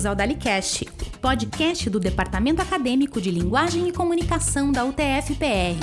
Bem-vindos ao DaliCast, podcast do Departamento Acadêmico de Linguagem e Comunicação da UTF-PR.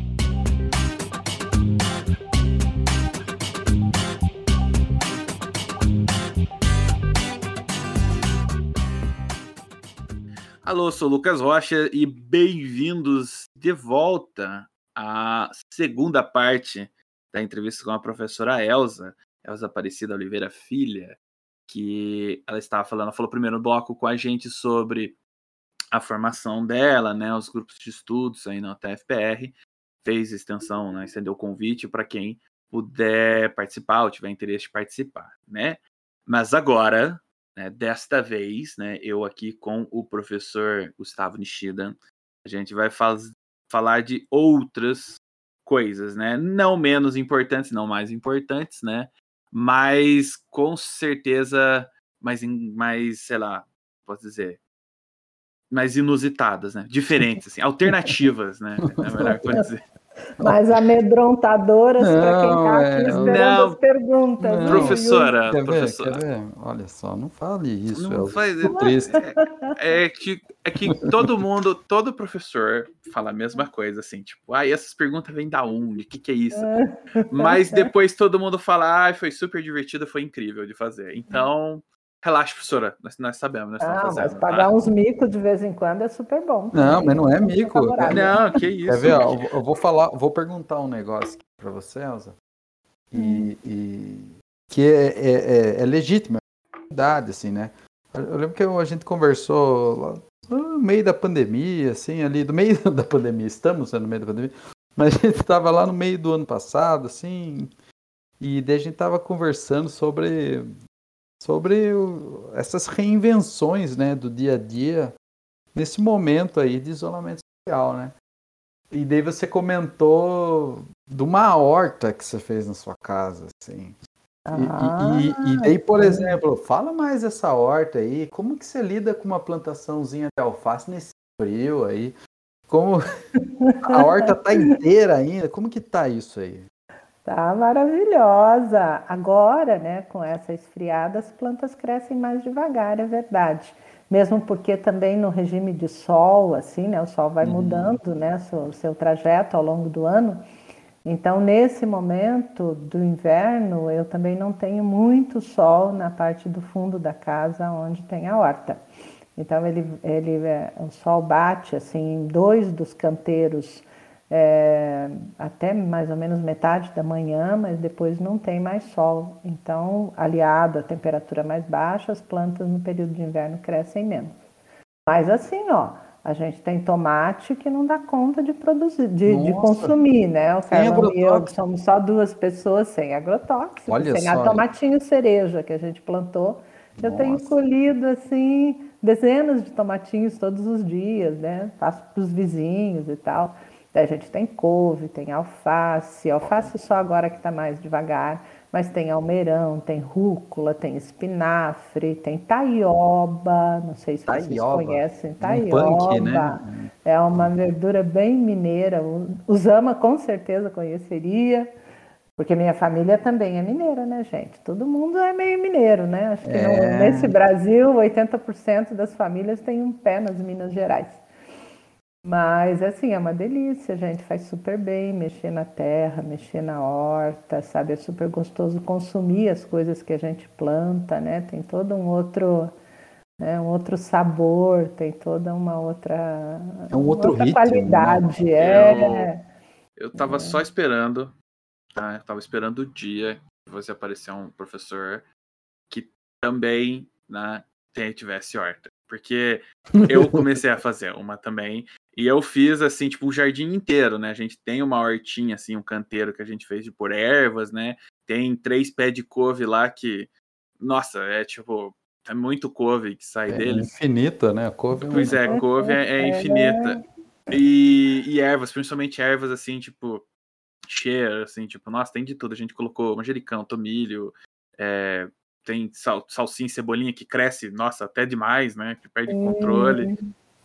Alô, sou o Lucas Rocha e bem-vindos de volta à segunda parte da entrevista com a professora Elza Aparecida Oliveira Filha, que ela falou primeiro no bloco com a gente sobre a formação dela, né, os grupos de estudos aí na UTF-PR, fez extensão, né, estendeu o convite para quem puder participar ou tiver interesse de participar, né? Mas agora, né, desta vez, né, eu aqui com o professor Gustavo Nishida, a gente vai falar de outras coisas, né? Não menos importantes, não mais importantes, né? Mas com certeza mais, sei lá, posso dizer, mais inusitadas, né? Diferentes, assim, alternativas, né? É melhor dizer. Mais amedrontadoras para quem está aqui esperando as perguntas. Não. Professora, Quer ver? Olha só, não fale isso. Não faz... triste. É que todo professor fala a mesma coisa, assim, tipo, essas perguntas vêm da onde? O que é isso? Mas depois todo mundo fala, foi super divertido, foi incrível de fazer. Então, relaxa, professora, nós sabemos, nós estamos fazendo. Mas pagar uns micos de vez em quando é super bom. Não, mas não é mico. Não, que isso. Quer ver? Eu vou perguntar um negócio para você, Elza, que é legítimo, é verdade, assim, né? Eu lembro que a gente conversou lá no meio da pandemia, assim, ali, do meio da pandemia, estamos no meio da pandemia, mas a gente estava lá no meio do ano passado, assim, e daí a gente estava conversando sobre essas reinvenções, né, do dia a dia, nesse momento aí de isolamento social, né? E daí você comentou de uma horta que você fez na sua casa, assim. E daí, por exemplo, fala mais dessa horta aí, como que você lida com uma plantaçãozinha de alface nesse frio aí? Como a horta tá inteira ainda, como que tá isso aí? Tá maravilhosa. Agora, né, com essa esfriada, as plantas crescem mais devagar, é verdade. Mesmo porque também no regime de sol, assim, né, o sol vai mudando, né, o seu trajeto ao longo do ano. Então, nesse momento do inverno, eu também não tenho muito sol na parte do fundo da casa onde tem a horta. Então, o sol bate assim, em 2 dos canteiros até mais ou menos metade da manhã, mas depois não tem mais sol. Então, aliado à temperatura mais baixa, as plantas no período de inverno crescem menos. Mas assim, a gente tem tomate que não dá conta de produzir, de consumir, né? O Carlão e eu somos só 2 pessoas sem agrotóxico, sem a tomatinho cereja que a gente plantou. Eu tenho colhido, assim, dezenas de tomatinhos todos os dias, né? Passo para os vizinhos e tal. Daí a gente tem couve, tem alface só agora que está mais devagar, mas tem almeirão, tem rúcula, tem espinafre, tem taioba, não sei se vocês conhecem, taioba. Punk, né? É uma verdura bem mineira, o Zama com certeza conheceria, porque minha família também é mineira, né, gente? Todo mundo é meio mineiro, né? Acho que nesse Brasil, 80% das famílias têm um pé nas Minas Gerais. Mas, assim, é uma delícia, a gente faz super bem, mexer na terra, mexer na horta, sabe? É super gostoso consumir as coisas que a gente planta, né? Tem todo um outro sabor, tem toda uma outra... É um outro ritmo, qualidade, né? Eu tava só esperando, tá? Eu tava esperando o dia que você aparecer um professor que também, né, tivesse horta. Porque eu comecei a fazer uma também, e eu fiz, assim, tipo, um jardim inteiro, né? A gente tem uma hortinha, assim, um canteiro que a gente fez de pôr ervas, né? Tem 3 pés de couve lá que, nossa, é muito couve que sai dele. É infinita, né? A couve Pois couve é infinita. E ervas, principalmente ervas, assim, tipo, cheiro, assim, tipo, nossa, tem de tudo. A gente colocou manjericão, tomilho, tem salsinha, cebolinha que cresce, nossa, até demais, né? Que perde controle.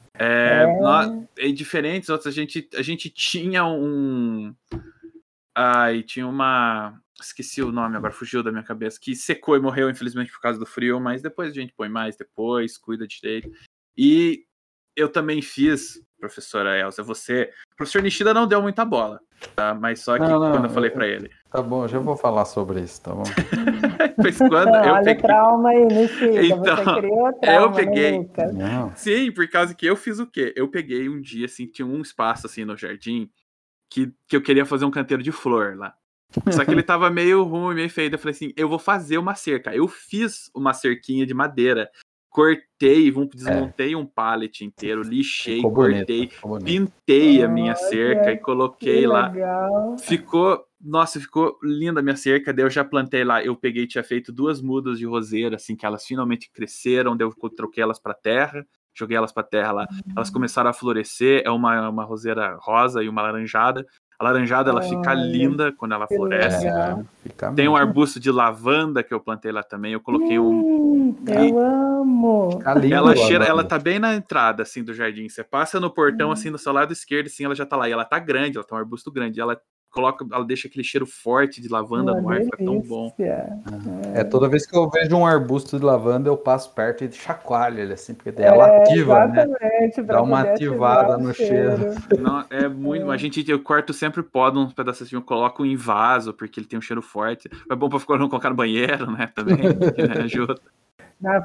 E diferentes outros, a gente tinha tinha Esqueci o nome, agora fugiu da minha cabeça, que secou e morreu, infelizmente, por causa do frio, mas depois a gente põe mais, depois, cuida direito. E eu também fiz, professora Elza, o professor Nishida não deu muita bola, tá? Mas só que quando eu falei pra ele... Tá bom, já vou falar sobre isso, tá bom? Mas quando eu Olha peguei... o trauma aí, Nishida, Então, você criou trauma, eu peguei... né, Lucas? Não. Sim, por causa que eu fiz o quê? Eu peguei um dia, assim, tinha um espaço, assim, no jardim, que eu queria fazer um canteiro de flor lá. Só que ele tava meio ruim, meio feio. Eu falei assim, eu vou fazer uma cerca. Eu fiz uma cerquinha de madeira. Cortei, desmontei um pallet inteiro, lixei, Ficou cortei, bonito, ficou bonito. pintei a minha Olha, cerca e coloquei que lá. legal. Ficou linda a minha cerca. Daí eu já plantei lá. Eu peguei, tinha feito 2 mudas de roseira, assim, que elas finalmente cresceram. Daí eu troquei elas pra terra, joguei elas pra terra lá. Elas começaram a florescer. É uma roseira rosa e uma laranjada. A laranjada, ela fica Olha, linda quando ela que floresce. legal. Fica Tem um mesmo. arbusto de lavanda que eu plantei lá também. Eu coloquei Eu amo. Fica lindo, ela cheira, lavanda. ela tá bem na entrada, assim, do jardim. Você passa no portão, assim, do seu lado esquerdo, assim, ela já tá lá. E ela tá grande, ela tá um arbusto grande. Ela deixa aquele cheiro forte de lavanda Uma no ar, fica tão bom. delícia. Toda vez que eu vejo um arbusto de lavanda, eu passo perto e chacoalho ele assim, porque daí ela ativa, né? Exatamente, Dá uma poder ativada ativar o no cheiro. Não, é muito. Eu corto sempre poda uns pedaços, eu coloco em vaso, porque ele tem um cheiro forte. É bom pra não colocar no banheiro, né? Também, que, né, ajuda. Na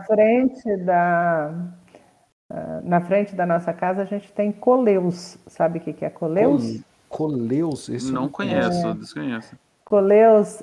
frente da nossa casa a gente tem coleus. Sabe o que é coleus? Coleus? Isso Não conheço, desconheço. Coleus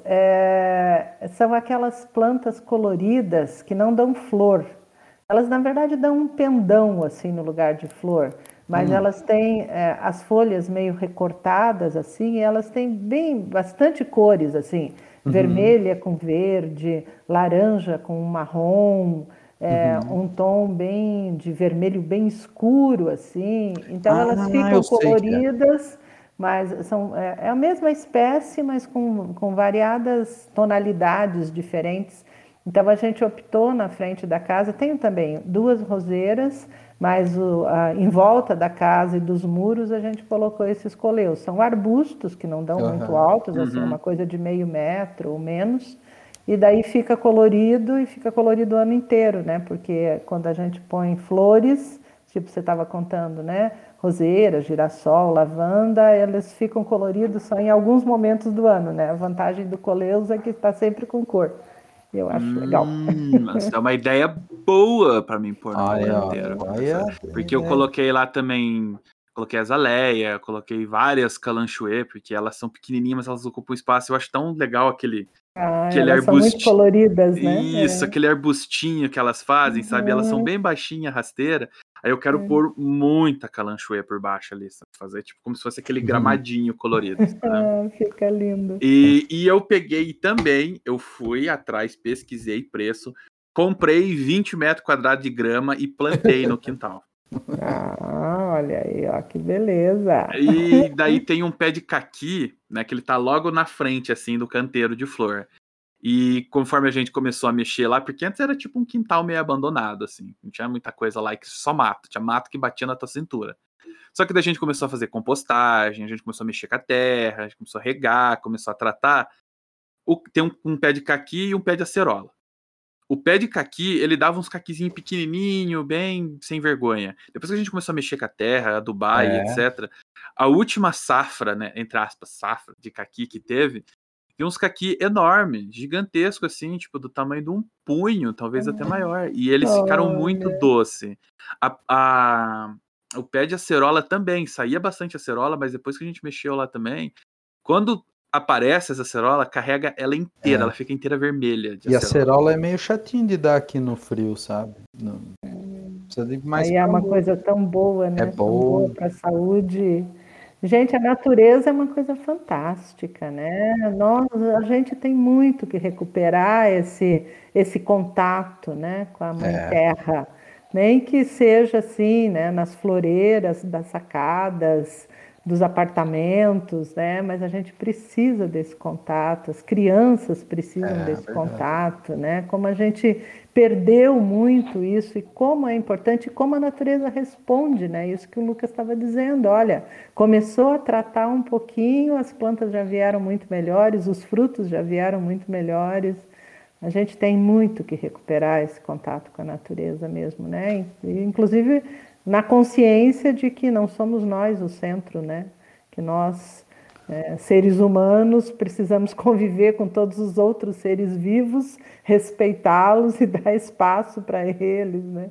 são aquelas plantas coloridas que não dão flor. Elas, na verdade, dão um pendão, assim, no lugar de flor. Mas elas têm as folhas meio recortadas, assim, e elas têm bastante cores, assim. Vermelha com verde, laranja com marrom, um tom bem de vermelho bem escuro, assim. Então, elas ficam coloridas, mas é a mesma espécie, mas com variadas tonalidades diferentes. Então a gente optou na frente da casa, tenho também 2 roseiras, mas em volta da casa e dos muros a gente colocou esses coleus. São arbustos que não dão muito altos, assim, uma coisa de meio metro ou menos, e daí fica colorido o ano inteiro, né? Porque quando a gente põe flores, tipo você estava contando, né? Roseira, girassol, lavanda, eles ficam coloridos só em alguns momentos do ano, né? A vantagem do coleus é que está sempre com cor. Eu acho legal. É uma ideia boa pra mim pôr no ano inteiro. Porque eu coloquei lá também, coloquei azaleia, coloquei várias calanchoe, porque elas são pequenininhas, mas elas ocupam espaço. Eu acho tão legal aquele elas são muito coloridas, né? Isso, aquele arbustinho que elas fazem, sabe? Elas são bem baixinhas, rasteira. Aí eu quero pôr muita calanchoe por baixo ali, sabe? Fazer tipo como se fosse aquele gramadinho colorido. Fica lindo. E eu peguei também, eu fui atrás, pesquisei preço, comprei 20 metros quadrados de grama e plantei no quintal. Olha aí, ó, que beleza. E daí tem um pé de caqui, né, que ele tá logo na frente, assim, do canteiro de flor. E conforme a gente começou a mexer lá, porque antes era tipo um quintal meio abandonado, assim, não tinha muita coisa lá, que só mato, tinha mato que batia na tua cintura. Só que daí a gente começou a fazer compostagem, a gente começou a mexer com a terra, a gente começou a regar, começou a tratar. Tem um pé de caqui e um pé de acerola. O pé de caqui, ele dava uns caquizinhos pequenininho, bem sem vergonha. Depois que a gente começou a mexer com a terra, adubar e etc., a última safra, né, entre aspas, safra de caqui que teve uns caqui enorme, gigantesco, assim, tipo, do tamanho de um punho, talvez até maior. E eles ficaram muito doce. O pé de acerola também, saía bastante acerola, mas depois que a gente mexeu lá também, quando aparece essa acerola, carrega ela inteira, ela fica inteira vermelha. E a acerola é meio chatinho de dar aqui no frio, sabe? Não, precisa de mais. Aí é uma coisa tão boa, né? É boa para a saúde. Gente, a natureza é uma coisa fantástica, né? A gente tem muito que recuperar esse contato, né, com a mãe terra. Nem que seja assim, né, nas floreiras das sacadas, dos apartamentos, né? Mas a gente precisa desse contato, as crianças precisam desse contato, né? Como a gente perdeu muito isso e como é importante, e como a natureza responde, né? Isso que o Lucas estava dizendo, olha, começou a tratar um pouquinho, as plantas já vieram muito melhores, os frutos já vieram muito melhores. A gente tem muito que recuperar esse contato com a natureza mesmo, né? Inclusive na consciência de que não somos nós o centro, né? Que nós, seres humanos, precisamos conviver com todos os outros seres vivos, respeitá-los e dar espaço para eles, né?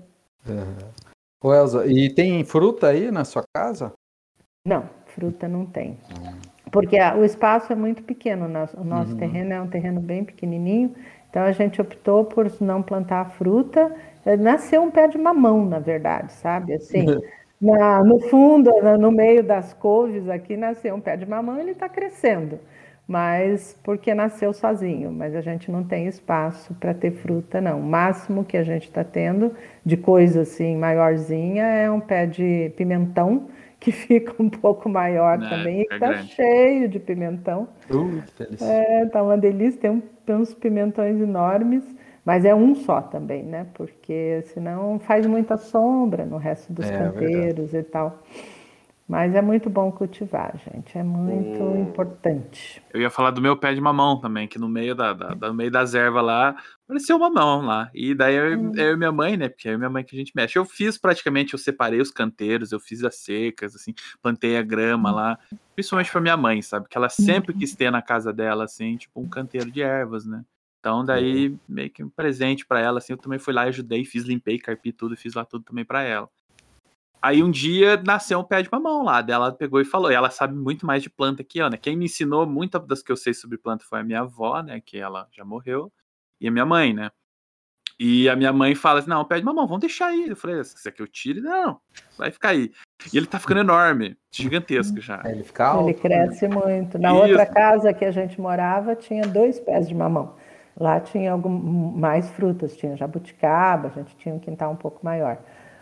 Ô, Elza, e tem fruta aí na sua casa? Não, fruta não tem. Porque o espaço é muito pequeno, o nosso terreno é um terreno bem pequenininho, então a gente optou por não plantar fruta. Nasceu um pé de mamão, na verdade, sabe? Assim, no fundo, no meio das couves aqui, nasceu um pé de mamão e ele está crescendo. Mas porque nasceu sozinho, mas a gente não tem espaço para ter fruta, não. O máximo que a gente está tendo de coisa assim maiorzinha é um pé de pimentão, que fica um pouco maior também, e que está cheio de pimentão. Que delícia. Tá uma delícia, tem uns pimentões enormes, mas é um só também, né? Porque senão faz muita sombra no resto dos canteiros e tal. Mas é muito bom cultivar, gente, é muito importante. Eu ia falar do meu pé de mamão também, que no meio no meio das ervas lá, apareceu um mamão lá. E daí eu e minha mãe, né? Porque é eu e minha mãe que a gente mexe. Eu fiz praticamente, eu separei os canteiros, eu fiz as secas, assim, plantei a grama lá, principalmente pra minha mãe, sabe? Que ela sempre quis ter na casa dela, assim, tipo um canteiro de ervas, né? Então daí, meio que um presente pra ela, assim, eu também fui lá e ajudei, limpei, carpi tudo, fiz lá tudo também pra ela. Aí um dia nasceu um pé de mamão lá, dela pegou e falou, e ela sabe muito mais de planta que eu, né? Quem me ensinou muitas das que eu sei sobre planta foi a minha avó, né? Que ela já morreu, e a minha mãe, né? E a minha mãe fala assim, não, pé de mamão, vamos deixar aí. Eu falei, se você quer que eu tire? Não, vai ficar aí. E ele tá ficando enorme, gigantesco já. Ele fica alto. Ele cresce muito. Na outra casa que a gente morava, tinha 2 pés de mamão. Lá tinha mais frutas, tinha jabuticaba, a gente tinha um quintal um pouco maior.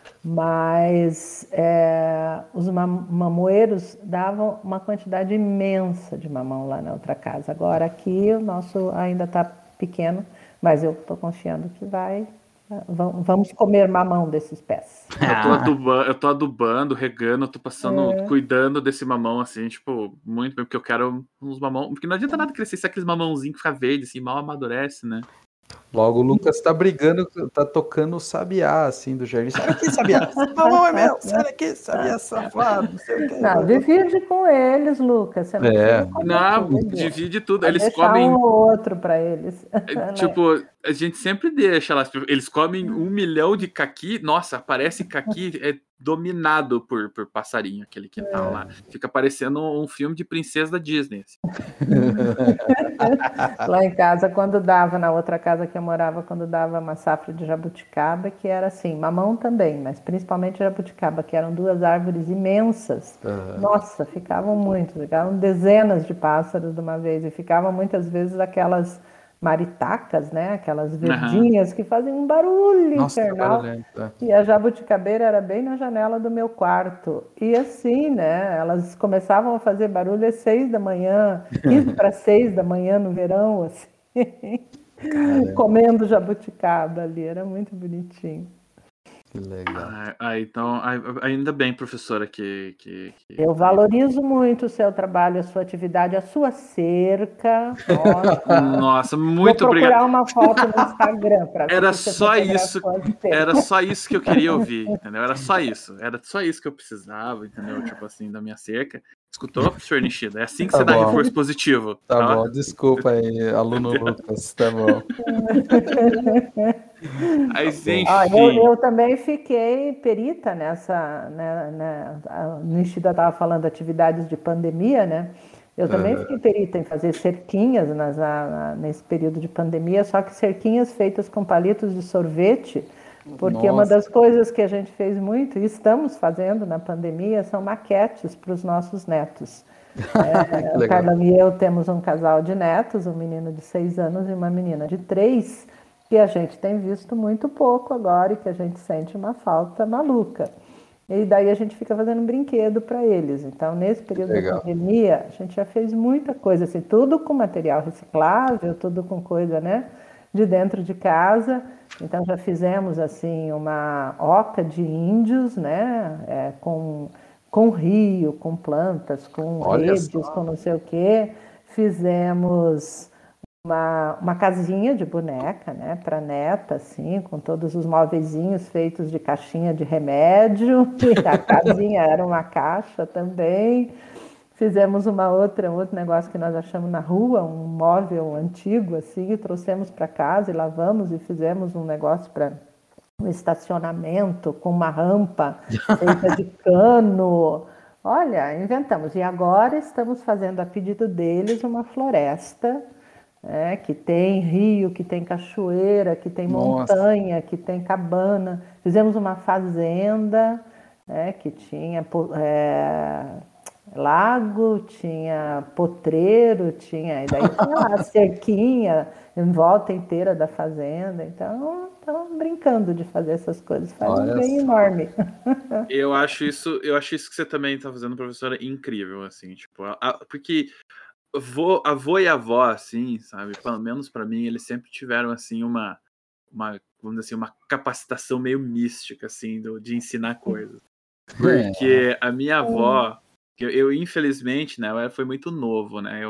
Mas os mamoeiros davam uma quantidade imensa de mamão lá na outra casa. Agora aqui o nosso ainda está pequeno, mas eu estou confiando que vamos comer mamão desses pés. Eu tô adubando, regando, eu tô passando, cuidando desse mamão, assim, tipo, muito bem, porque eu quero uns mamão, porque não adianta nada crescer se aqueles mamãozinhos que fica verde, assim, mal amadurece, né? Logo o Lucas tá brigando, tá tocando o sabiá, assim, do jardim. Sai daqui, sabiá! Mamão é meu! Sai daqui, sabiá safado! Não sei o que. Não, divide com eles, Lucas. Você não precisa comer não, tudo. divide tudo. Vai eles deixar comem. Um ou outro para eles. Tipo, a gente sempre deixa lá. Eles comem 1 milhão de caqui. Nossa, parece caqui dominado por passarinho, aquele quintal lá. Fica parecendo um filme de princesa da Disney. Assim. Lá em casa, quando dava, na outra casa que eu morava, quando dava uma safra de jabuticaba, que era assim, mamão também, mas principalmente jabuticaba, que eram 2 árvores imensas. Nossa, ficavam dezenas de pássaros de uma vez, e ficavam muitas vezes aquelas maritacas, né? Aquelas verdinhas que fazem um barulho infernal. E a jabuticabeira era bem na janela do meu quarto. E assim, né? Elas começavam a fazer barulho às 6 da manhã, 15 para 6 da manhã no verão, assim, comendo jabuticaba ali. Era muito bonitinho. Que legal. Então, ainda bem, professora, que... Eu valorizo muito o seu trabalho, a sua atividade, a sua cerca. Nossa, muito obrigado. Vou procurar uma foto no Instagram para ver Era se só isso. Era cerca. só isso que eu queria ouvir, entendeu? Era só isso que eu precisava, entendeu? Tipo assim, da minha cerca. Escutou, professor Nishida? É assim que você dá reforço positivo. Tá bom, desculpa aí, aluno Lucas, tá bom. Mas, enfim. Eu também fiquei perita nessa, né, a Nishida estava falando de atividades de pandemia, né? Eu também fiquei perita em fazer cerquinhas nesse período de pandemia, só que cerquinhas feitas com palitos de sorvete, porque uma das coisas que a gente fez muito, e estamos fazendo na pandemia, são maquetes para os nossos netos. A Carla e eu temos um casal de netos, um menino de 6 anos e uma menina de 3, que a gente tem visto muito pouco agora e que a gente sente uma falta maluca. e daí a gente fica fazendo um brinquedo para eles. Então, nesse período da pandemia, a gente já fez muita coisa, assim, tudo com material reciclável, tudo com coisa, né, de dentro de casa. Então, já fizemos, assim, uma oca de índios, né, com rio, com plantas, com redes, com não sei o quê. Fizemos uma casinha de boneca, né, para neta, assim, com todos os móveizinhos feitos de caixinha de remédio, e a casinha era uma caixa também. Fizemos um outro negócio que nós achamos na rua, um móvel antigo, assim, e trouxemos para casa e lavamos e fizemos um negócio para um estacionamento com uma rampa feita de cano. Olha, inventamos. E agora estamos fazendo, a pedido deles, uma floresta, que tem rio, que tem cachoeira, que tem montanha, que tem cabana. Fizemos uma fazenda, que tinha lago, tinha potreiro, e daí tinha lá a cerquinha em volta inteira da fazenda. Então, estamos brincando de fazer essas coisas. Faz um bem enorme. Eu acho isso que você também está fazendo, professora, incrível, assim, tipo, porque avô e avó, assim, sabe, pelo menos para mim, eles sempre tiveram, assim, uma vamos dizer assim, uma capacitação meio mística, assim, de ensinar coisas. Porque a minha avó, eu infelizmente, né, ela foi muito novo, né,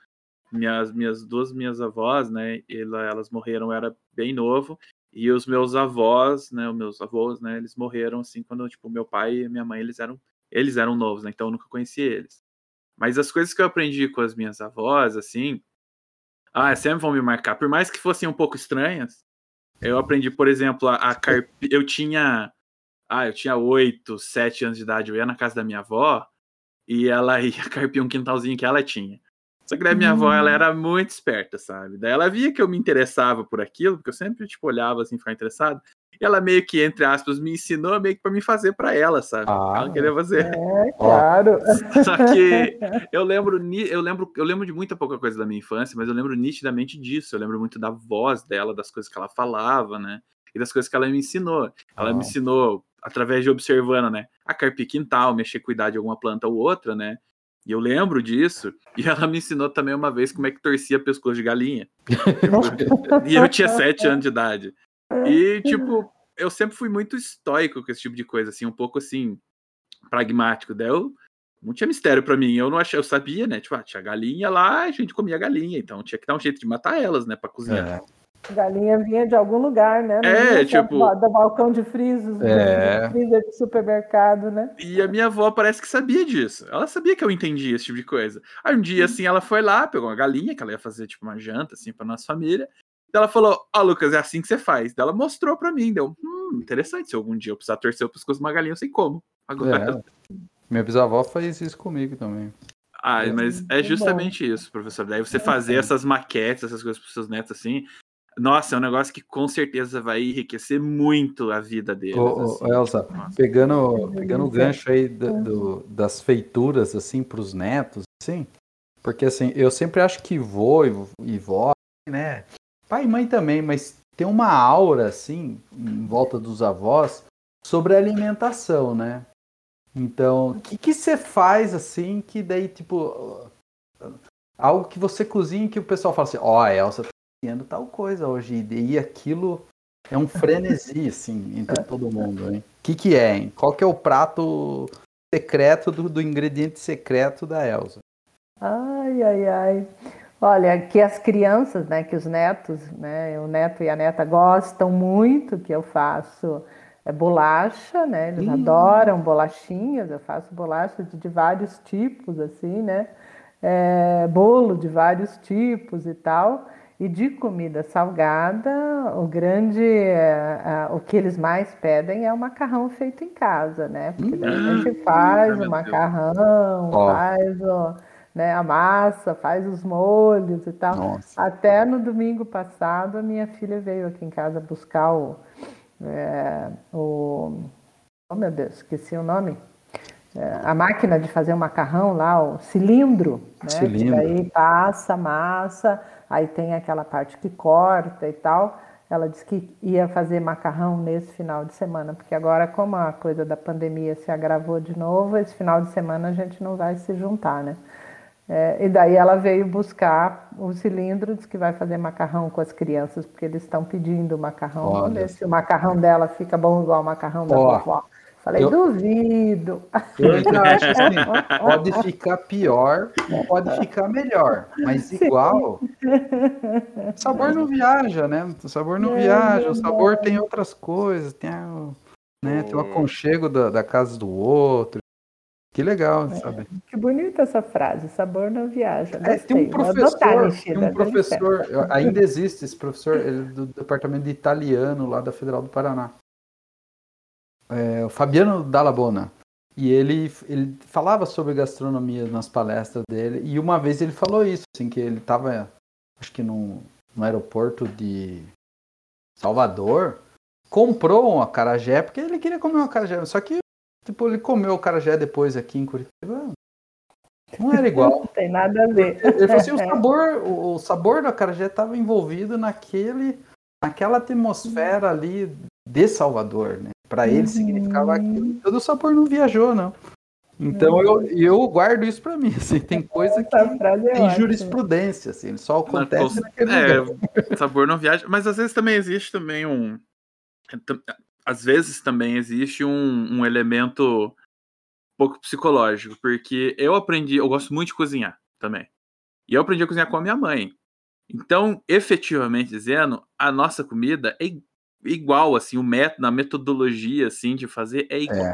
minhas avós, né, elas morreram, eu era bem novo, e os meus avós, né, eles morreram, assim, quando, tipo, meu pai e minha mãe, eles eram novos, né, então eu nunca conheci eles. Mas as coisas que eu aprendi com as minhas avós, assim, sempre vão me marcar, por mais que fossem um pouco estranhas. Eu aprendi, por exemplo, eu tinha 8, 7 anos de idade, eu ia na casa da minha avó, e ela ia carpir um quintalzinho que ela tinha. Só que daí minha avó, ela era muito esperta, sabe? Daí ela via que eu me interessava por aquilo, porque eu sempre, tipo, olhava assim, ficava interessado. E ela meio que, entre aspas, me ensinou meio que pra me fazer pra ela, sabe? Ela queria fazer. Claro. Só que eu lembro de muita pouca coisa da minha infância, mas eu lembro nitidamente disso. Eu lembro muito da voz dela, das coisas que ela falava, né? E das coisas que ela me ensinou. Ela me ensinou, através de observando, né? A carpir quintal, mexer, cuidar de alguma planta ou outra, né? E eu lembro disso. E ela me ensinou também uma vez como é que torcia pescoço de galinha. E eu tinha 7 anos de idade. E, tipo, eu sempre fui muito estoico com esse tipo de coisa, assim, um pouco, assim, pragmático. Daí não tinha mistério pra mim. Eu sabia, né? Tipo, tinha galinha lá, a gente comia galinha. Então tinha que dar um jeito de matar elas, né? Pra cozinhar. Galinha vinha de algum lugar, né? Não vinha tipo... do balcão de frisos, do freezer do supermercado, né? E a minha avó parece que sabia disso. Ela sabia que eu entendia esse tipo de coisa. Aí um dia, assim, ela foi lá, pegou uma galinha, que ela ia fazer, tipo, uma janta, assim, pra nossa família. E ela falou, Lucas, é assim que você faz. Daí ela mostrou pra mim, deu, interessante, se algum dia eu precisar torcer o pescoço de uma galinha, eu sei como. Agora... Minha bisavó fez isso comigo também. Mas é justamente isso, professor. Daí você fazer essas maquetes, essas coisas pros seus netos, assim... Nossa, é um negócio que com certeza vai enriquecer muito a vida deles. Assim. Elza, pegando o gancho aí das feituras, assim, pros netos, assim, porque, assim, eu sempre acho que vô e vó, né, pai e mãe também, mas tem uma aura, assim, em volta dos avós, sobre a alimentação, né? Então, o que você faz, assim, que daí, tipo, algo que você cozinha que o pessoal fala assim, a Elza tá cozinhando tal coisa hoje, e aquilo é um frenesi, assim, entre todo mundo, hein? O que é, hein? Qual que é o prato secreto do ingrediente secreto da Elza? Ai. Olha, que as crianças, né, que os netos, né, o neto e a neta gostam muito, que eu faço bolacha, né, eles adoram bolachinhas, eu faço bolacha de vários tipos, assim, né, bolo de vários tipos e tal. E de comida salgada, o que eles mais pedem é o macarrão feito em casa, né? Porque daí a gente faz o macarrão, faz a massa, faz os molhos e tal. Nossa. Até no domingo passado, a minha filha veio aqui em casa buscar oh meu Deus, esqueci o nome. A máquina de fazer o macarrão lá, o cilindro, né? Cilindro. Que daí passa a massa, aí tem aquela parte que corta e tal. ela disse que ia fazer macarrão nesse final de semana, porque agora, como a coisa da pandemia se agravou de novo, esse final de semana a gente não vai se juntar, né? E daí ela veio buscar o cilindro, disse que vai fazer macarrão com as crianças, porque eles estão pedindo macarrão. Vamos ver se o macarrão dela fica bom igual o macarrão da vovó. Falei, duvido. Eu ainda acho assim, pode ficar pior, pode ficar melhor, mas igual, o sabor não viaja, né? O sabor não viaja, o sabor tem outras coisas, tem o aconchego da casa do outro. Que legal, sabe? Que bonita essa frase, sabor não viaja. Tem um professor, ainda existe esse professor, ele é do departamento de italiano lá da Federal do Paraná. O Fabiano Dalla Bona. E ele falava sobre gastronomia nas palestras dele, e uma vez ele falou isso, assim, que ele estava, acho que no aeroporto de Salvador, comprou um acarajé, porque ele queria comer um acarajé, só que tipo, ele comeu o acarajé depois aqui em Curitiba, não era igual. Não tem nada a ver. Ele falou assim, o sabor do acarajé estava envolvido naquela atmosfera ali de Salvador, né? Para ele significava aquilo. Todo o sabor não viajou, não. Então eu guardo isso para mim. Assim, tem coisa que tem jurisprudência, assim, só acontece naquele lugar. O sabor não viaja, mas às vezes também existe também um elemento pouco psicológico, porque eu gosto muito de cozinhar também. E eu aprendi a cozinhar com a minha mãe. Então, efetivamente dizendo, a nossa comida é igual, assim, o método, a metodologia, assim, de fazer é igual.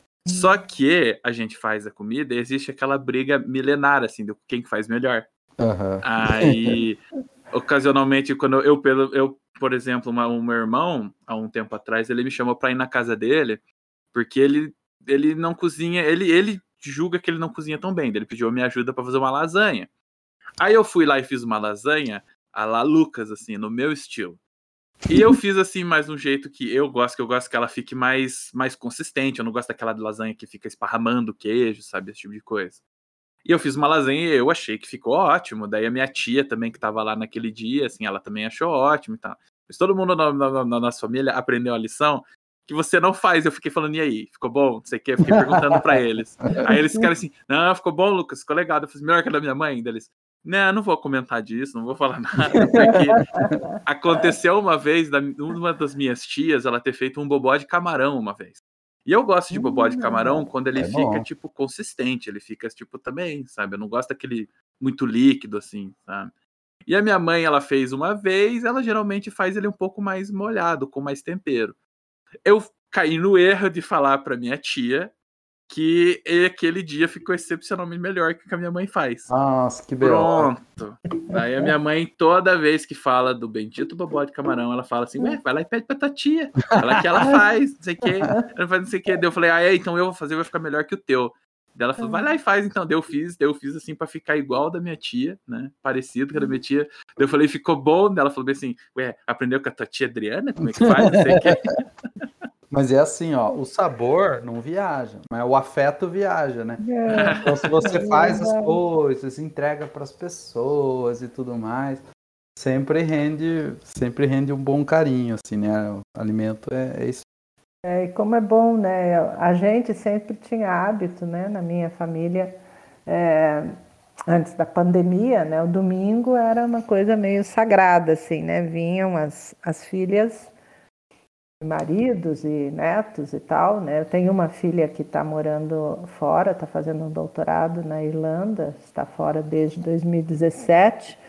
Só que a gente faz a comida e existe aquela briga milenar, assim, de quem faz melhor. Uhum. Aí, ocasionalmente, quando eu, por exemplo, o meu irmão, há um tempo atrás, ele me chamou pra ir na casa dele, porque ele não cozinha, ele julga que ele não cozinha tão bem, ele pediu a minha ajuda pra fazer uma lasanha. Aí eu fui lá e fiz uma lasanha à la Lucas, assim, no meu estilo. E eu fiz, assim, mais um jeito que eu gosto que ela fique mais consistente, eu não gosto daquela lasanha que fica esparramando queijo, sabe, esse tipo de coisa. E eu fiz uma lasanha e eu achei que ficou ótimo. Daí a minha tia também, que tava lá naquele dia, assim, ela também achou ótimo e tal. Mas todo mundo na nossa família aprendeu a lição que você não faz. Eu fiquei falando, e aí? Ficou bom? Não sei o quê. Eu fiquei perguntando pra eles. Aí eles ficaram assim, não, ficou bom, Lucas, ficou legal. Eu fiz melhor que a da minha mãe. Deles, não vou comentar disso, não vou falar nada. Porque aconteceu uma vez, uma das minhas tias, ela ter feito um bobó de camarão uma vez. E eu gosto de bobó de camarão quando ele fica, tipo, consistente. Ele fica, tipo, também, sabe? Eu não gosto daquele muito líquido, assim, sabe? E a minha mãe, ela fez uma vez, ela geralmente faz ele um pouco mais molhado, com mais tempero. Eu caí no erro de falar pra minha tia que aquele dia ficou excepcionalmente melhor que a minha mãe faz. Nossa, que beleza. Pronto. Aí a minha mãe, toda vez que fala do bendito bobó de camarão, ela fala assim, vai lá e pede pra tua tia. Fala que ela faz, não sei o quê. Ela faz não sei o quê. Daí eu falei, então eu vou fazer, vai ficar melhor que o teu. Daí ela falou, vai lá e faz, então. Daí eu fiz assim pra ficar igual da minha tia, né? Parecido com a da minha tia. Daí eu falei, ficou bom. Daí ela falou assim, aprendeu com a tua tia Adriana? Como é que faz? Não sei o quê. Mas é assim, ó, o sabor não viaja, mas o afeto viaja, né? Então, se você faz as coisas, entrega para as pessoas e tudo mais, sempre rende um bom carinho, assim, né? O alimento é isso. E como é bom, né? A gente sempre tinha hábito, né? Na minha família, antes da pandemia, né? O domingo era uma coisa meio sagrada, assim, né? Vinham as filhas, maridos e netos e tal, né? Eu tenho uma filha que está morando fora, está fazendo um doutorado na Irlanda, está fora desde 2017,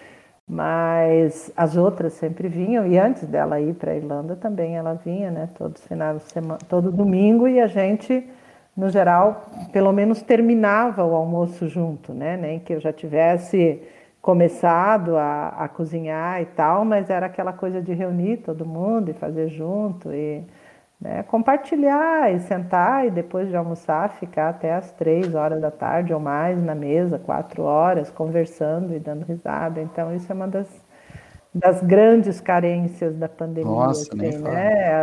mas as outras sempre vinham, e antes dela ir para a Irlanda também ela vinha, né? Todo final de semana, todo domingo, e a gente, no geral, pelo menos terminava o almoço junto, né? Nem que eu já tivesse começado a cozinhar e tal, mas era aquela coisa de reunir todo mundo e fazer junto e, né, compartilhar e sentar e depois de almoçar ficar até as 3 horas da tarde ou mais na mesa, 4 horas, conversando e dando risada. Então isso é uma das grandes carências da pandemia. Nossa, assim, né?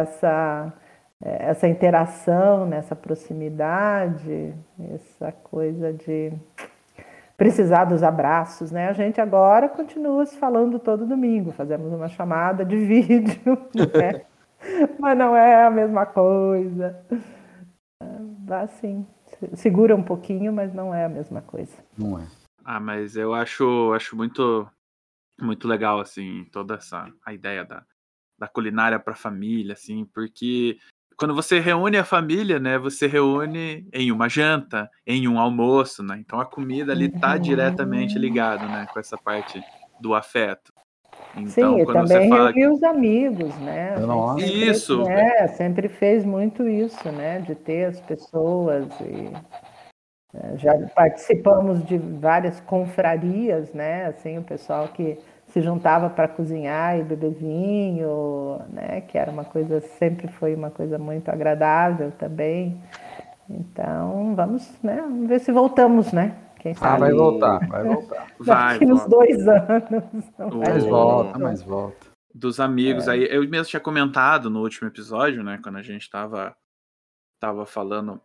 Essa interação, essa proximidade, essa coisa de precisar dos abraços, né? A gente agora continua se falando todo domingo, fazemos uma chamada de vídeo, né? Mas não é a mesma coisa. Assim, segura um pouquinho, mas não é a mesma coisa. Não é. Mas eu acho muito, muito legal, assim, toda a ideia da culinária para a família, assim, porque quando você reúne a família, né, você reúne em uma janta, em um almoço, né? Então a comida ali tá diretamente ligado, né, com essa parte do afeto. Então, Sim, e quando você também fala reunir os amigos, né? A Nossa. gente isso, sempre fez muito isso, né? De ter as pessoas e já participamos de várias confrarias, né? Assim, o pessoal que se juntava para cozinhar e beber vinho, né? Que era uma coisa, sempre foi uma coisa muito agradável também. Então, vamos ver se voltamos, né? Quem sabe Vai voltar. vai, daqui uns volta. 2 anos. Não O- faz Mas volta. Dos amigos aí, eu mesmo tinha comentado no último episódio, né, quando a gente tava falando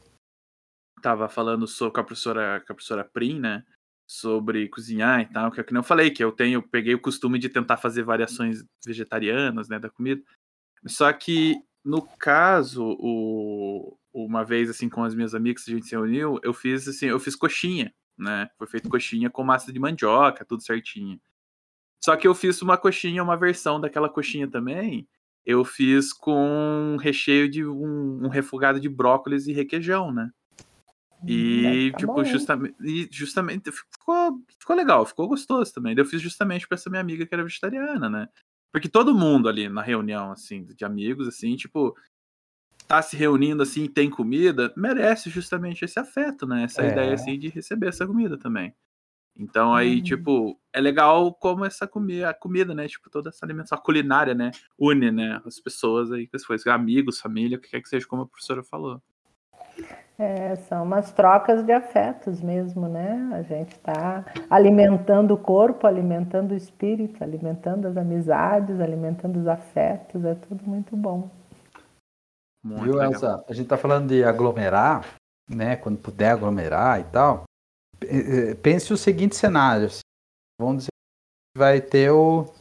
com a professora Prim, né, sobre cozinhar e tal, que é que nem eu falei, que eu peguei o costume de tentar fazer variações vegetarianas, né, da comida. Só que, no caso, uma vez, assim, com as minhas amigas, a gente se reuniu, eu fiz coxinha, né, foi feito coxinha com massa de mandioca, tudo certinho. Só que eu fiz uma versão daquela coxinha também, eu fiz com recheio de um refogado de brócolis e requeijão, né? deve E, ficar tipo, bom. justamente ficou legal, ficou gostoso também. Eu fiz justamente pra essa minha amiga que era vegetariana, né? Porque todo mundo ali na reunião, assim, de amigos, assim, tipo, tá se reunindo, assim, tem comida, merece justamente esse afeto, né? Essa ideia, assim, de receber essa comida também. Então, aí, tipo, é legal como a comida, né? Tipo, toda essa alimentação, a culinária, né? Une, né? As pessoas aí, as coisas, amigos, família, o que quer que seja, como a professora falou. São umas trocas de afetos mesmo, né? A gente está alimentando o corpo, alimentando o espírito, alimentando as amizades, alimentando os afetos, é tudo muito bom. Muito Viu, legal. Elza? A gente tá falando de aglomerar, né? Quando puder aglomerar e tal. Pense o seguinte cenário. Vamos dizer que vai ter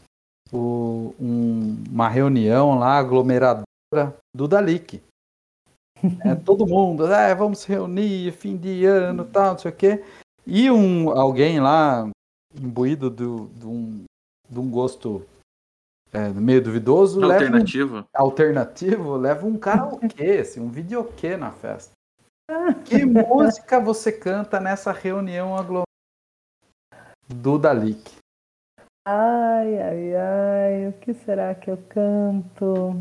uma reunião lá aglomeradora do Dalic. Todo mundo, vamos se reunir, fim de ano, tal, não sei o quê. E alguém lá, imbuído de um gosto meio duvidoso, alternativo, leva um karaokê, assim, um videokê na festa. Que música você canta nessa reunião aglomerada do Dalic? Ai, o que será que eu canto?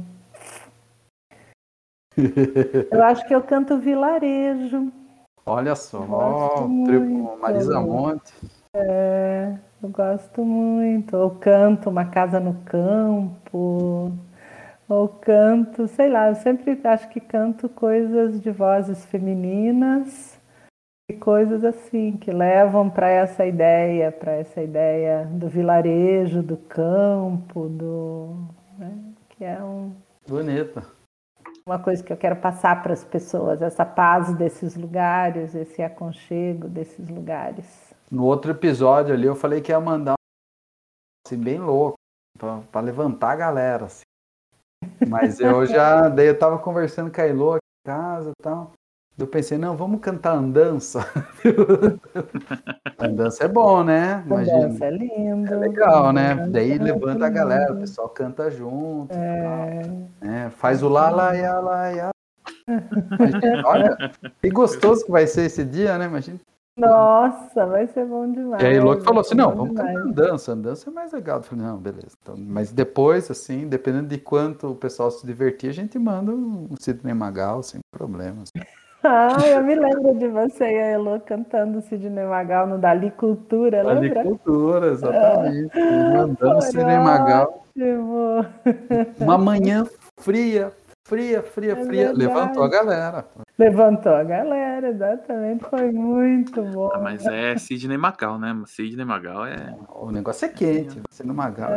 Eu acho que eu canto Vilarejo. Olha só, muito. Marisa Monte. Eu gosto muito. Ou canto Uma Casa no Campo. Ou canto, sei lá, eu sempre acho que canto coisas de vozes femininas e coisas assim, que levam para essa ideia do vilarejo, do campo, que é Bonita. uma coisa que eu quero passar para as pessoas, essa paz desses lugares, esse aconchego desses lugares. No outro episódio ali eu falei que ia mandar assim, bem louco, para levantar a galera. Assim. Mas daí eu tava conversando com a Ilô aqui em casa e tal. Eu pensei, não, vamos cantar Andança. Andança é bom, né? Imagina. Andança é lindo. É legal, né? Daí levanta a galera, o pessoal canta junto. Tal, faz o lá, lá, ya, lá, ya. Olha, que gostoso que vai ser esse dia, né? Imagina. Nossa, vai ser bom demais. E aí o falou assim, não, vamos cantar Andança. Andança é mais legal. Eu falei, não, beleza. Então, mas depois, assim, dependendo de quanto o pessoal se divertir, a gente manda um Sidney Magal, sem problemas. Eu me lembro de você e a Elô cantando Sidney Magal no Dali Cultura, lembra? Dali Cultura, exatamente. Mandando Sidney Magal. Uma manhã fria. Levantou a galera. Levantou a galera, exatamente. Foi muito bom. Mas é Sidney Magal, né? Sidney Magal é... O negócio é quente. Sidney Magal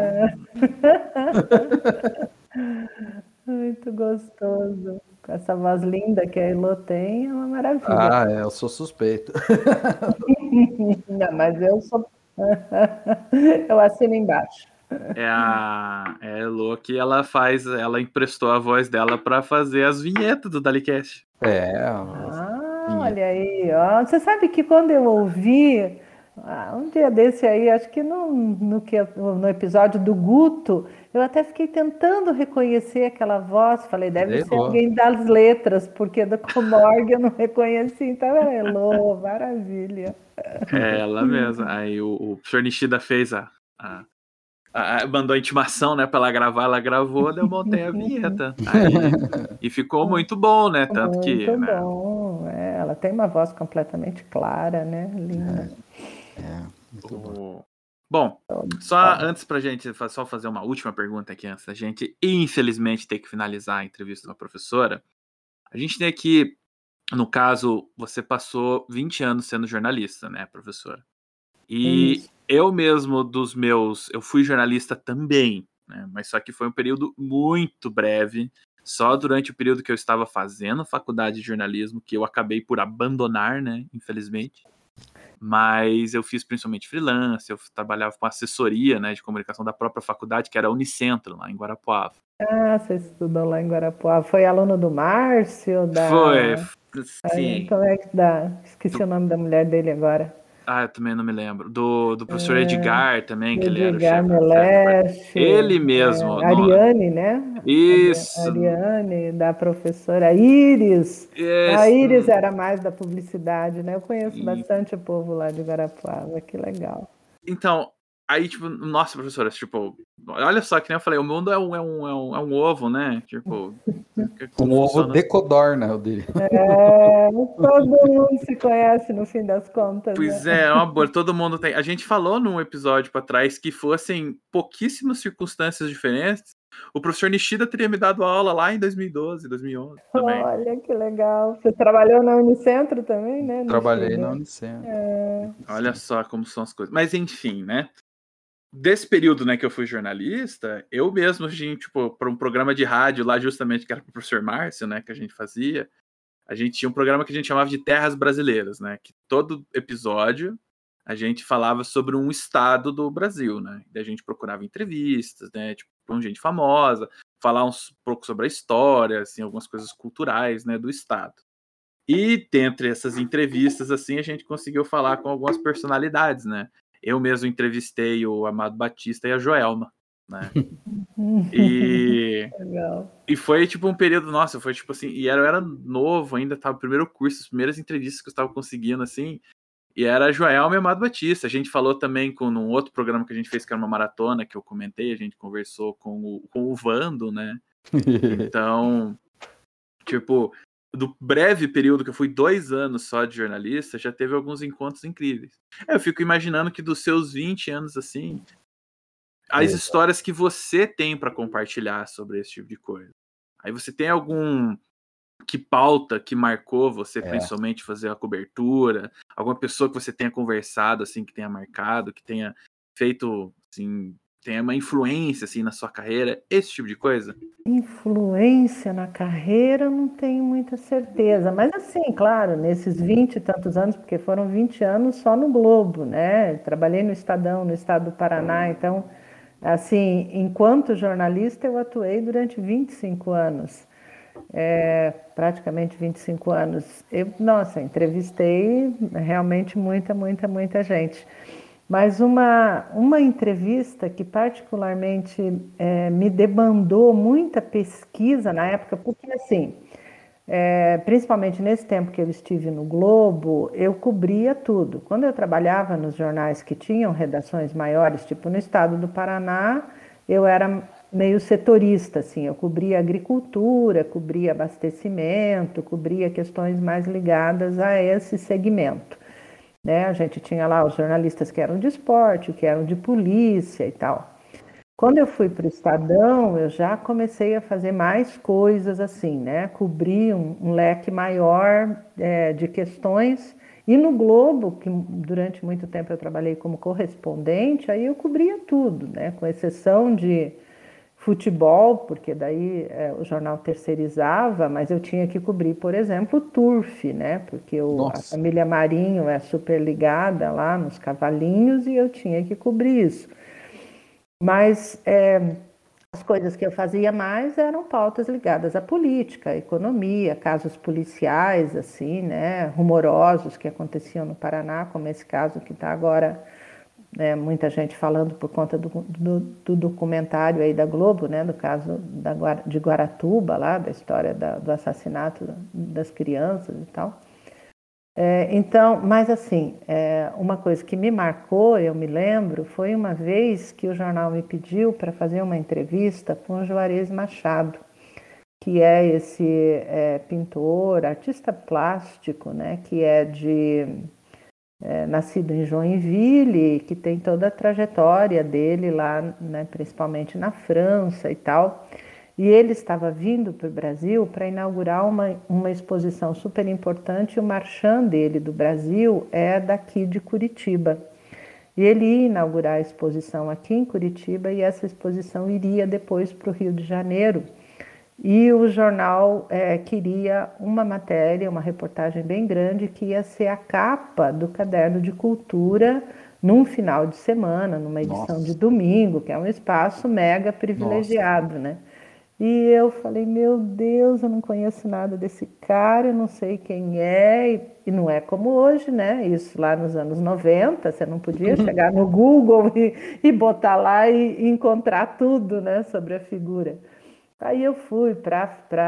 Muito gostoso. Com essa voz linda que a Elô tem, é uma maravilha. Eu sou suspeito. Não, mas eu sou. Eu assino embaixo. É a Elo que ela emprestou a voz dela para fazer as vinhetas do Dalicast. Olha aí, ó. Você sabe que quando eu ouvi, um dia desse aí, acho que no episódio do Guto, eu até fiquei tentando reconhecer aquela voz. Falei, deve ser alguém das letras, porque do Comorg eu não reconheci. Então era Elô, maravilha. É ela mesma. Aí o professor Nishida fez mandou a intimação, né, pra ela gravar, ela gravou, daí eu montei a vinheta. E ficou muito bom, né? Tanto que. Muito bom. Ela tem uma voz completamente clara, né? Linda. Muito bom. Bom, só antes pra gente só fazer uma última pergunta aqui, antes da gente, infelizmente, ter que finalizar a entrevista com a professora. A gente tem aqui, no caso, você passou 20 anos sendo jornalista, né, professora? E eu mesmo, eu fui jornalista também, né? Mas só que foi um período muito breve, só durante o período que eu estava fazendo faculdade de jornalismo, que eu acabei por abandonar, né, infelizmente. Mas eu fiz principalmente freelance, eu trabalhava com assessoria, né, de comunicação da própria faculdade, que era a Unicentro, lá em Guarapuava. Você estudou lá em Guarapuava. Foi aluno do Márcio? Foi, sim. Como é que dá? Esqueci o nome da mulher dele agora. Eu também não me lembro. Do professor Edgar também, que ele era o Edgar chefe. Meleste. Ele mesmo. Ariane, né? Isso. Ariane, da professora Iris. Isso. A Iris era mais da publicidade, né? Eu conheço bastante o povo lá de Guarapuava, que legal. Então, aí, tipo, nossa, professora, tipo, olha só, que nem eu falei, o mundo é um ovo, né? Tipo, um ovo decodorna, eu diria. Todo mundo se conhece no fim das contas. Pois né? é uma boa, todo mundo tem. A gente falou num episódio pra trás que fossem pouquíssimas circunstâncias diferentes. O professor Nishida teria me dado aula lá em 2012, 2011 também. Olha que legal. Você trabalhou na Unicentro também, né? Trabalhei na Unicentro. Olha só como são as coisas. Mas enfim, né? Desse período, né, que eu fui jornalista, eu mesmo, tipo, para um programa de rádio lá, justamente, que era com o professor Márcio, né, que a gente fazia, a gente tinha um programa que a gente chamava de Terras Brasileiras, né, que todo episódio a gente falava sobre um estado do Brasil, né, e a gente procurava entrevistas, né, tipo, com gente famosa, falar um pouco sobre a história, assim, algumas coisas culturais, né, do estado. E dentre essas entrevistas, assim, a gente conseguiu falar com algumas personalidades, né. Eu mesmo entrevistei o Amado Batista e a Joelma, né? E foi tipo um período, nossa, foi tipo assim, e eu era novo ainda, tava no primeiro curso, as primeiras entrevistas que eu estava conseguindo, assim, e era a Joelma e o Amado Batista. A gente falou também num outro programa que a gente fez, que era uma maratona, que eu comentei, a gente conversou com o Vando, né? Então, tipo, do breve período que eu fui 2 anos só de jornalista, já teve alguns encontros incríveis. Eu fico imaginando que dos seus 20 anos, assim, as histórias que você tem para compartilhar sobre esse tipo de coisa. Aí você tem algum que pauta que marcou você, principalmente fazer a cobertura, alguma pessoa que você tenha conversado, assim, que tenha marcado, que tenha feito, assim, tenha uma influência, assim, na sua carreira, esse tipo de coisa? Influência na carreira, não tenho muita certeza. Mas assim, claro, nesses 20 e tantos anos, porque foram 20 anos só no Globo, né? Trabalhei no Estadão, no estado do Paraná, então, assim, enquanto jornalista, eu atuei durante 25 anos. Praticamente 25 anos. Entrevistei realmente muita gente. Mas uma entrevista que particularmente me demandou muita pesquisa na época, porque assim, principalmente nesse tempo que eu estive no Globo, eu cobria tudo. Quando eu trabalhava nos jornais que tinham redações maiores, tipo no estado do Paraná, eu era meio setorista, assim, eu cobria agricultura, cobria abastecimento, cobria questões mais ligadas a esse segmento. Né? A gente tinha lá os jornalistas que eram de esporte, que eram de polícia e tal. Quando eu fui para o Estadão, eu já comecei a fazer mais coisas assim, né? Cobrir um leque maior de questões. E no Globo, que durante muito tempo eu trabalhei como correspondente, aí eu cobria tudo, né? Com exceção de futebol, porque daí o jornal terceirizava, mas eu tinha que cobrir, por exemplo, o turf, né? Porque a Nossa. família Marinho é super ligada lá nos cavalinhos e eu tinha que cobrir isso. Mas as coisas que eu fazia mais eram pautas ligadas à política, à economia, casos policiais, assim, né, rumorosos que aconteciam no Paraná, como esse caso que está agora, muita gente falando por conta do documentário aí da Globo, né, do caso de Guaratuba, lá, da história do assassinato das crianças e tal. Então, mas assim, uma coisa que me marcou, eu me lembro, foi uma vez que o jornal me pediu para fazer uma entrevista com o Juarez Machado, que é esse pintor, artista plástico, né, que nascido em Joinville, que tem toda a trajetória dele lá, né, principalmente na França e tal. E ele estava vindo para o Brasil para inaugurar uma exposição super importante. O marchand dele do Brasil é daqui de Curitiba. E ele ia inaugurar a exposição aqui em Curitiba e essa exposição iria depois para o Rio de Janeiro. E o jornal queria uma matéria, uma reportagem bem grande que ia ser a capa do Caderno de Cultura num final de semana, numa edição de domingo, que é um espaço mega privilegiado, né? E eu falei, meu Deus, eu não conheço nada desse cara, eu não sei quem é, e não é como hoje, né? Isso lá nos anos 90, você não podia chegar no Google e botar lá e encontrar tudo, né, sobre a figura. Aí eu fui para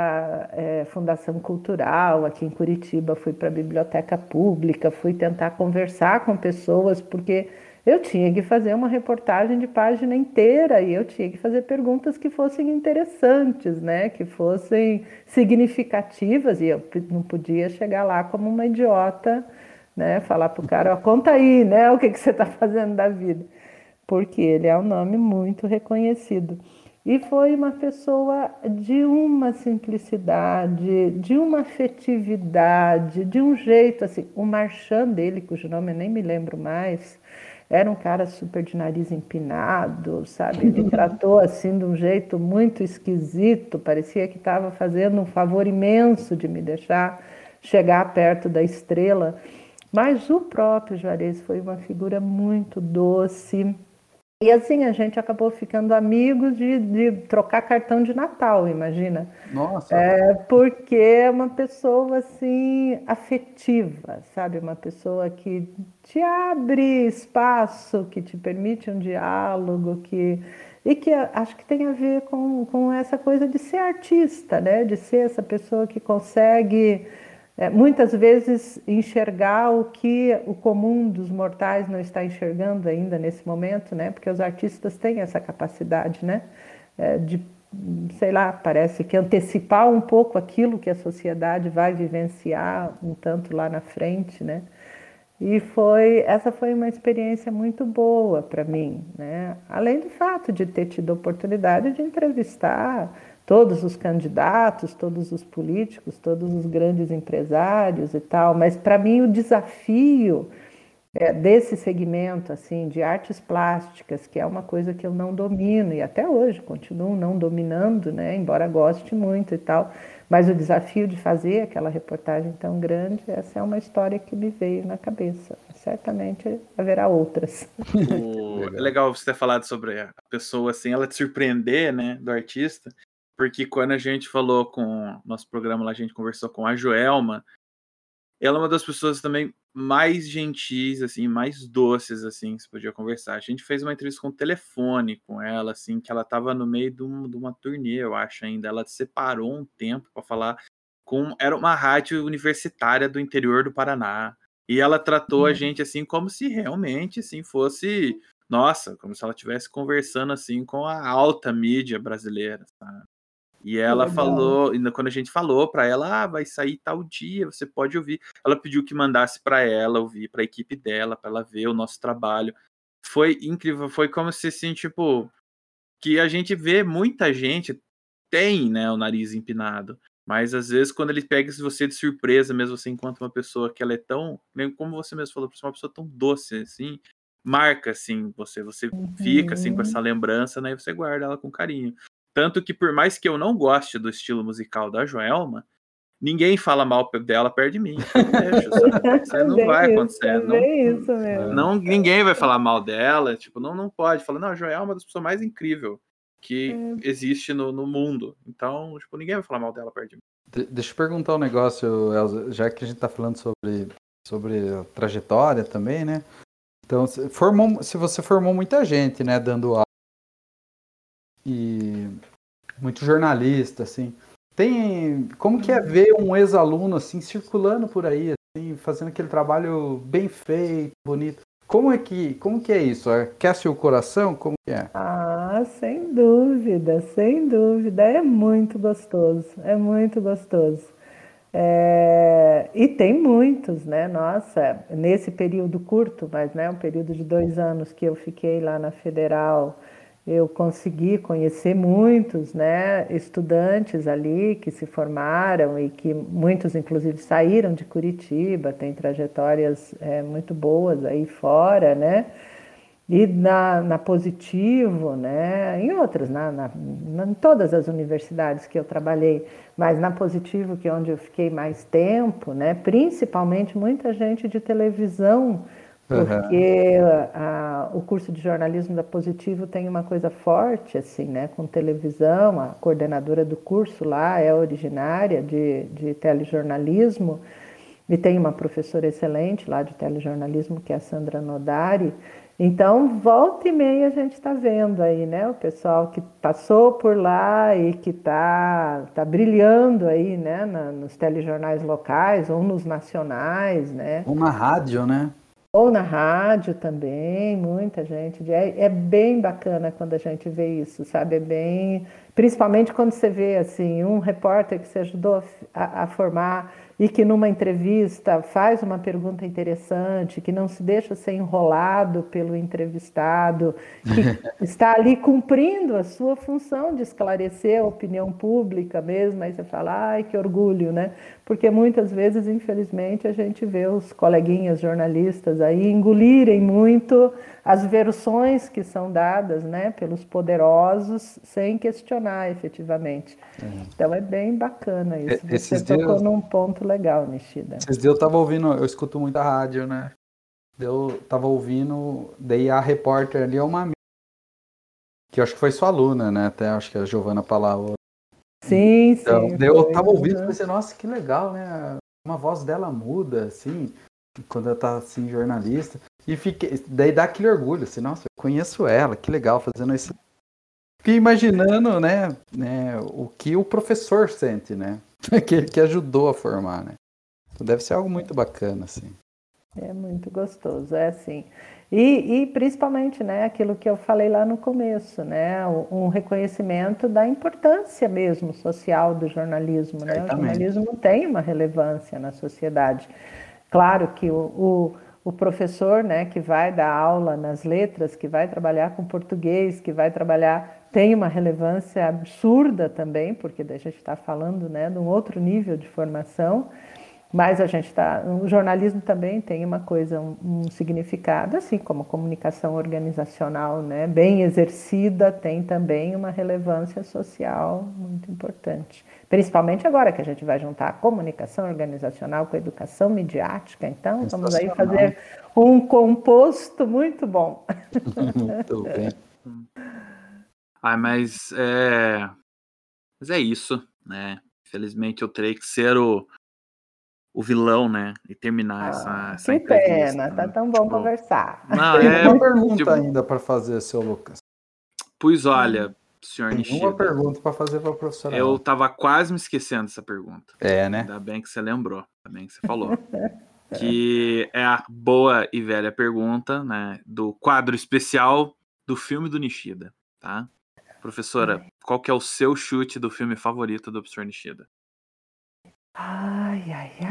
a Fundação Cultural aqui em Curitiba, fui para a Biblioteca Pública, fui tentar conversar com pessoas, porque eu tinha que fazer uma reportagem de página inteira e eu tinha que fazer perguntas que fossem interessantes, né? Que fossem significativas, e eu não podia chegar lá como uma idiota, né? Falar para o cara, conta aí, né? O que você está fazendo da vida? Porque ele é um nome muito reconhecido. E foi uma pessoa de uma simplicidade, de uma afetividade, de um jeito assim. O marchand dele, cujo nome eu nem me lembro mais, era um cara super de nariz empinado, sabe? Ele tratou assim de um jeito muito esquisito, parecia que estava fazendo um favor imenso de me deixar chegar perto da estrela. Mas o próprio Juarez foi uma figura muito doce. E assim a gente acabou ficando amigos de trocar cartão de Natal, imagina. Nossa. Porque é uma pessoa assim afetiva, sabe? Uma pessoa que te abre espaço, que te permite um diálogo, e que acho que tem a ver com essa coisa de ser artista, né? De ser essa pessoa que consegue muitas vezes enxergar o que o comum dos mortais não está enxergando ainda nesse momento, né? Porque os artistas têm essa capacidade, né? De, sei lá, parece que antecipar um pouco aquilo que a sociedade vai vivenciar um tanto lá na frente, né? E essa foi uma experiência muito boa para mim, né? Além do fato de ter tido a oportunidade de entrevistar todos os candidatos, todos os políticos, todos os grandes empresários e tal, mas para mim o desafio desse segmento assim de artes plásticas, que é uma coisa que eu não domino e até hoje continuo não dominando, né, embora goste muito e tal, mas o desafio de fazer aquela reportagem tão grande, essa é uma história que me veio na cabeça. Certamente haverá outras. É legal você ter falado sobre a pessoa assim, ela te surpreender, né, do artista. Porque quando a gente falou com o nosso programa lá, a gente conversou com a Joelma, ela é uma das pessoas também mais gentis, assim, mais doces, assim, que você podia conversar. A gente fez uma entrevista com o telefone com ela, assim, que ela estava no meio de uma turnê, eu acho ainda. Ela separou um tempo para falar era uma rádio universitária do interior do Paraná. E ela tratou a gente, assim, como se realmente, assim, fosse... Nossa, como se ela estivesse conversando, assim, com a alta mídia brasileira, sabe? E ela falou, quando a gente falou para ela, vai sair tal dia, você pode ouvir. Ela pediu que mandasse para ela ouvir, para a equipe dela, para ela ver o nosso trabalho. Foi incrível, foi como se assim, tipo, que a gente vê muita gente tem, né, o nariz empinado, mas às vezes quando ele pega você de surpresa, mesmo você encontra uma pessoa que ela é tão, como você mesmo falou, uma pessoa tão doce assim, marca assim, você fica assim com essa lembrança, né, e você guarda ela com carinho. Tanto que, por mais que eu não goste do estilo musical da Joelma, ninguém fala mal dela perto de mim. Eu não deixo, sabe? Isso não vai acontecer. Isso mesmo. Não, ninguém vai falar mal dela. Tipo, não pode. Fala, não, a Joelma é uma das pessoas mais incríveis que existe no mundo. Então, tipo, ninguém vai falar mal dela perto de mim. Deixa eu perguntar um negócio, Elza, já que a gente tá falando sobre a trajetória também, né? Então, se você formou muita gente, né, dando aula, e muito jornalista, assim, como que é ver um ex-aluno, assim, circulando por aí, assim, fazendo aquele trabalho bem feito, bonito? Como que é isso? Aquece o coração? Como que é? Sem dúvida, sem dúvida. É muito gostoso, é muito gostoso. E tem muitos, né? Nossa, nesse período curto, mas né, um período de 2 anos que eu fiquei lá na Federal, eu consegui conhecer muitos, né, estudantes ali que se formaram e que muitos, inclusive, saíram de Curitiba, têm trajetórias muito boas aí fora, né? E na Positivo, né, em outras, em todas as universidades que eu trabalhei, mas na Positivo, que é onde eu fiquei mais tempo, né, principalmente muita gente de televisão, porque o curso de jornalismo da Positivo tem uma coisa forte, assim, né, com televisão. A coordenadora do curso lá é originária de telejornalismo, e tem uma professora excelente lá de telejornalismo, que é a Sandra Nodari. Então, volta e meia a gente está vendo aí, né, o pessoal que passou por lá e que tá brilhando aí, né, nos telejornais locais ou nos nacionais, né. Ou na rádio, né? Ou na rádio também, muita gente. É bem bacana quando a gente vê isso, sabe? Principalmente quando você vê assim, um repórter que você ajudou a formar e que numa entrevista faz uma pergunta interessante, que não se deixa ser enrolado pelo entrevistado, que está ali cumprindo a sua função de esclarecer a opinião pública mesmo. Aí você fala, ai, que orgulho, né? Porque muitas vezes, infelizmente, a gente vê os coleguinhas jornalistas aí engolirem muito as versões que são dadas, né, pelos poderosos, sem questionar efetivamente. Então é bem bacana isso. Você tocou num ponto legal, Nishida. Esses dias eu tava ouvindo, eu escuto muita rádio, né? Eu tava ouvindo, daí a repórter ali é uma amiga, que eu acho que foi sua aluna, né? Até acho que é a Giovana Palau. Sim, então, sim. Eu tava ouvindo e pensei, nossa, que legal, né? Uma voz dela muda, assim, quando ela tá assim, jornalista. E daí dá aquele orgulho, assim, nossa, eu conheço ela, que legal, fazendo isso. Fiquei imaginando, né, o que o professor sente, né? que ajudou a formar, né? Então deve ser algo muito bacana, assim. É muito gostoso, é assim. E principalmente, né, aquilo que eu falei lá no começo, né, um reconhecimento da importância mesmo social do jornalismo, né? O jornalismo tem uma relevância na sociedade. Claro que o professor, né, que vai dar aula nas letras, que vai trabalhar com português, que vai trabalhar, tem uma relevância absurda também, porque a gente está falando, né, de um outro nível de formação. Mas o jornalismo também tem uma coisa, um significado, assim como comunicação organizacional, né, bem exercida, tem também uma relevância social muito importante. Principalmente agora que a gente vai juntar a comunicação organizacional com a educação midiática, então vamos aí fazer um composto muito bom. Muito bem. Mas é isso, né? Infelizmente eu terei que ser o vilão, né? E terminar essa que entrevista. Pena, tá tão bom conversar. Tem uma pergunta ainda para fazer, seu Lucas. Pois olha, senhor Tem Nishida. Uma pergunta para fazer para a professora. Eu tava quase me esquecendo dessa pergunta. Né? Ainda bem que você lembrou, ainda bem que você falou. Que é a boa e velha pergunta, né? Do quadro especial do filme do Nishida, tá? Professora, qual que é o seu chute do filme favorito do professor Nishida? Ai.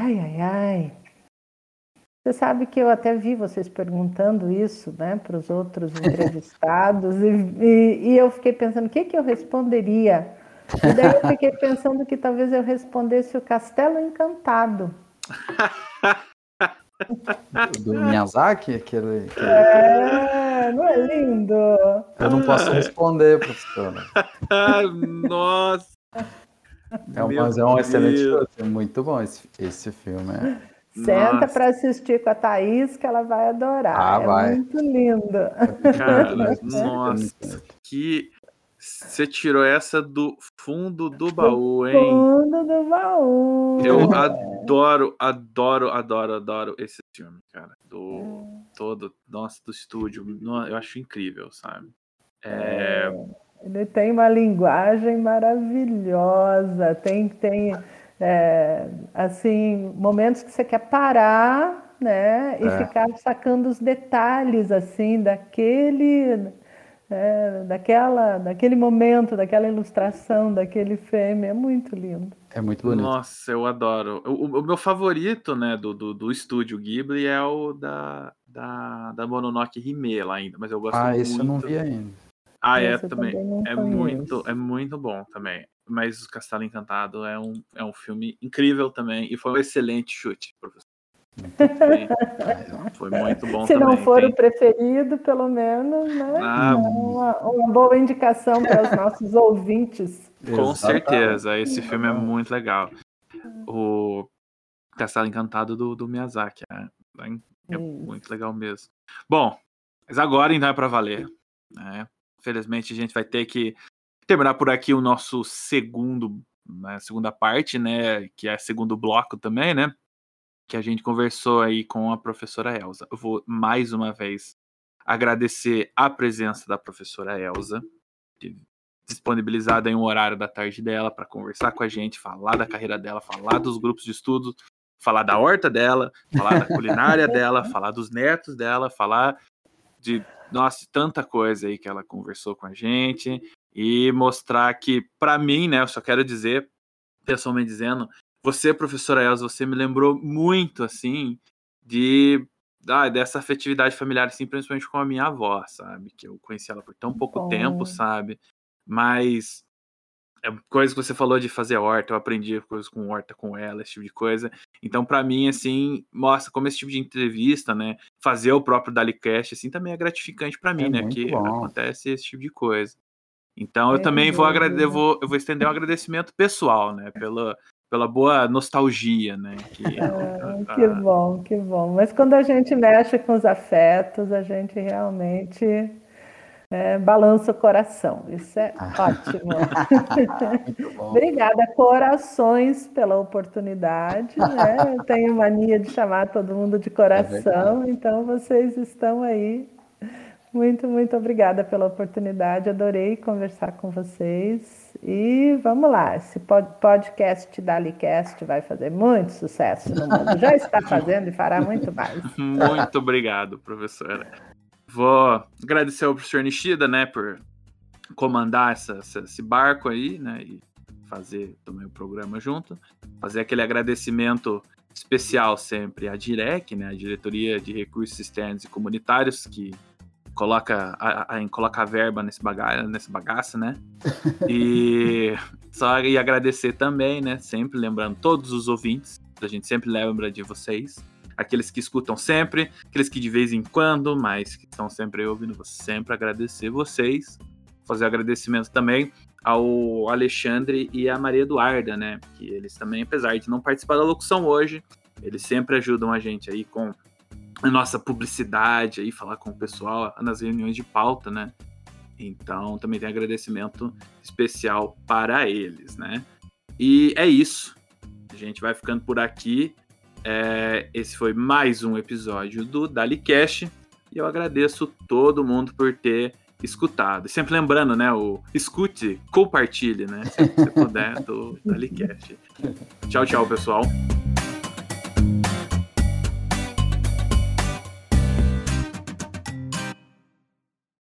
Você sabe que eu até vi vocês perguntando isso, né, para os outros entrevistados, e eu fiquei pensando, o que eu responderia? E daí eu fiquei pensando que talvez eu respondesse o Castelo Encantado. Do Miyazaki? Aquele... Não é lindo? Eu não posso responder, professora. Nossa! Mas é um excelente filme. É muito bom esse filme. Senta para assistir com a Thaís, que ela vai adorar. Vai. Muito lindo. Cara, nossa, que... Você tirou essa do fundo do baú, hein? Fundo do baú. Eu adoro esse filme, cara. Do estúdio. Eu acho incrível, sabe? Ele tem uma linguagem maravilhosa. Tem assim, momentos que você quer parar, né? E ficar sacando os detalhes, assim, daquele momento, daquela ilustração, daquele frame. É muito lindo. É muito bonito. Nossa, eu adoro. O meu favorito, né, do estúdio Ghibli é o da Mononoke Hime lá ainda, mas eu gosto muito. Esse eu não vi ainda. Também. É muito bom também. Mas o Castelo Encantado é um filme incrível também e foi um excelente chute, professor. Foi muito bom. Se também. não for o preferido, pelo menos, né? Uma boa indicação para os nossos ouvintes. Com certeza, esse filme é muito legal. O Castelo Encantado do Miyazaki é muito legal mesmo. Bom, mas agora então é para valer, né? Infelizmente a gente vai ter que terminar por aqui o nosso segunda parte, né? Que é o segundo bloco também, né? Que a gente conversou aí com a professora Elza. Eu vou mais uma vez agradecer a presença da professora Elza, disponibilizada em um horário da tarde dela para conversar com a gente, falar da carreira dela, falar dos grupos de estudo, falar da horta dela, falar da culinária dela, falar dos netos dela, falar de tanta coisa aí que ela conversou com a gente e mostrar que, para mim, né, eu só quero dizer, pessoalmente dizendo, você, professora Elza, você me lembrou muito, assim, dessa afetividade familiar, assim, principalmente com a minha avó, sabe? Que eu conheci ela por tão pouco tempo, sabe? Mas coisa que você falou de fazer horta, eu aprendi coisas com horta com ela, esse tipo de coisa. Então, pra mim, assim, mostra como esse tipo de entrevista, né? Fazer o próprio DaliCast, assim, também é gratificante pra mim, né? Que acontece esse tipo de coisa. Então, eu também vou estender um agradecimento pessoal, né? Pela boa nostalgia, né? Que bom, que bom. Mas quando a gente mexe com os afetos, a gente realmente balança o coração. Isso é ótimo. Obrigada, corações, pela oportunidade, né? Eu tenho mania de chamar todo mundo de coração, então vocês estão aí. Muito, muito obrigada pela oportunidade. Adorei conversar com vocês. E vamos lá, esse podcast DaliCast vai fazer muito sucesso no mundo. Já está fazendo e fará muito mais. Muito obrigado, professora. Vou agradecer ao professor Nishida, né, por comandar esse barco aí, né, e fazer também o programa junto. Fazer aquele agradecimento especial sempre à DIREC, né, a Diretoria de Recursos Externos e Comunitários, que coloca a verba nessa bagaça, né? E agradecer também, né? Sempre lembrando todos os ouvintes, a gente sempre lembra de vocês, aqueles que escutam sempre, aqueles que de vez em quando, mas que estão sempre ouvindo, sempre agradecer vocês. Fazer agradecimento também ao Alexandre e à Maria Eduarda, né? Que eles também, apesar de não participar da locução hoje, eles sempre ajudam a gente aí com a nossa publicidade, aí, falar com o pessoal nas reuniões de pauta, né? Então, também tem agradecimento especial para eles, né? E é isso. A gente vai ficando por aqui. Esse foi mais um episódio do DaliCast. E eu agradeço todo mundo por ter escutado. E sempre lembrando, né? Escute, compartilhe, né? Se você puder, do DaliCast. Tchau, tchau, pessoal.